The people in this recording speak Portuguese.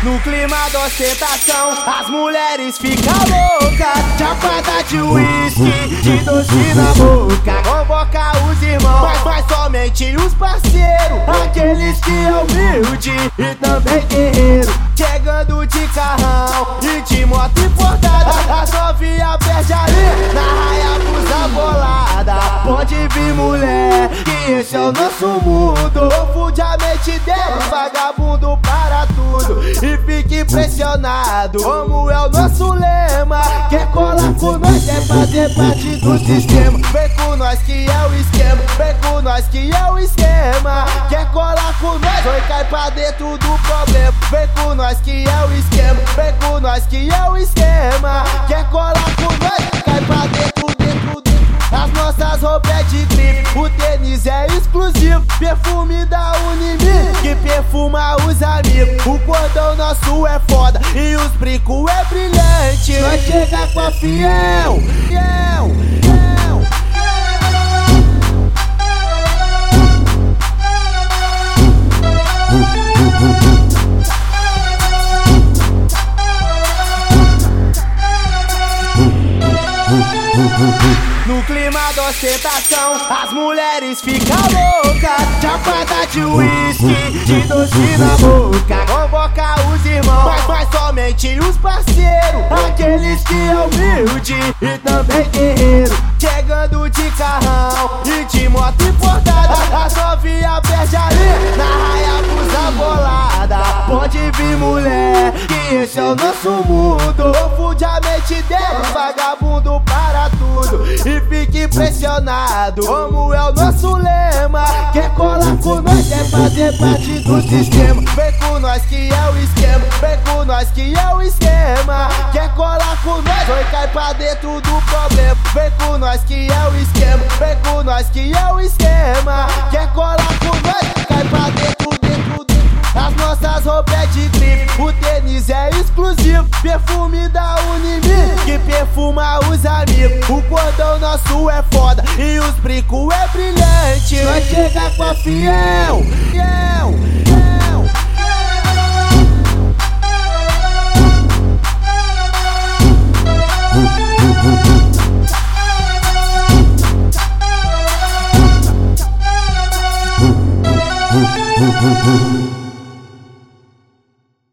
No clima da ostentação, as mulheres ficam loucas, chapada de uísque, de doce na boca. Convoca os irmãos, mas somente os parceiros, aqueles que é humilde e também guerreiro. Chegando de carrão e de moto importada, as novinha perde ali na raia busa bolada. Pode vir mulher, que esse é o nosso mundo. Confunde a mente deles, vagabundo para tudo e fique impressionado como é o nosso lema. Quer colar com nós, quer fazer parte do sistema. Vem com nós que é o esquema, vem com nós que é o esquema. Quer colar com nós, vai cair pra dentro do problema. Vem com nós que é o esquema, vem com nós que é o esquema. Quer colar com nós, cai pra dentro. As nossas roupas é de grife, o tênis é exclusivo, perfume da Unimi, que perfuma os amigos. O cordão nosso é foda e os brincos é brilhante. Nós chega com a fiel. No clima da ostentação, as mulheres ficam loucas, chapada de uísque, de doce na boca. Convoca os irmãos, mas somente os parceiros, aqueles que é humilde e também guerreiro. Chegando de carrão e de moto importada, as novinha perde ali na raia busa bolada. Pode vir mulher, que esse é o nosso mundo. Confunde a mente deles, vagabundo para tudo e fique impressionado como é o nosso lema. Quer colar com nós, quer fazer parte do sistema. Vem com nós que é o esquema, vem com nós que é o esquema. Quer colar com nós, vai cair pra dentro do problema. Vem com nós que é o esquema, vem com nós que é o esquema. Quer colar com nós, cai pra dentro. As nossas roupas é de grife, o tênis é exclusivo, perfume da Unimi, que perfuma os amigos. O cordão nosso é foda e os brincos é brilhante. Nós chega com a fiel.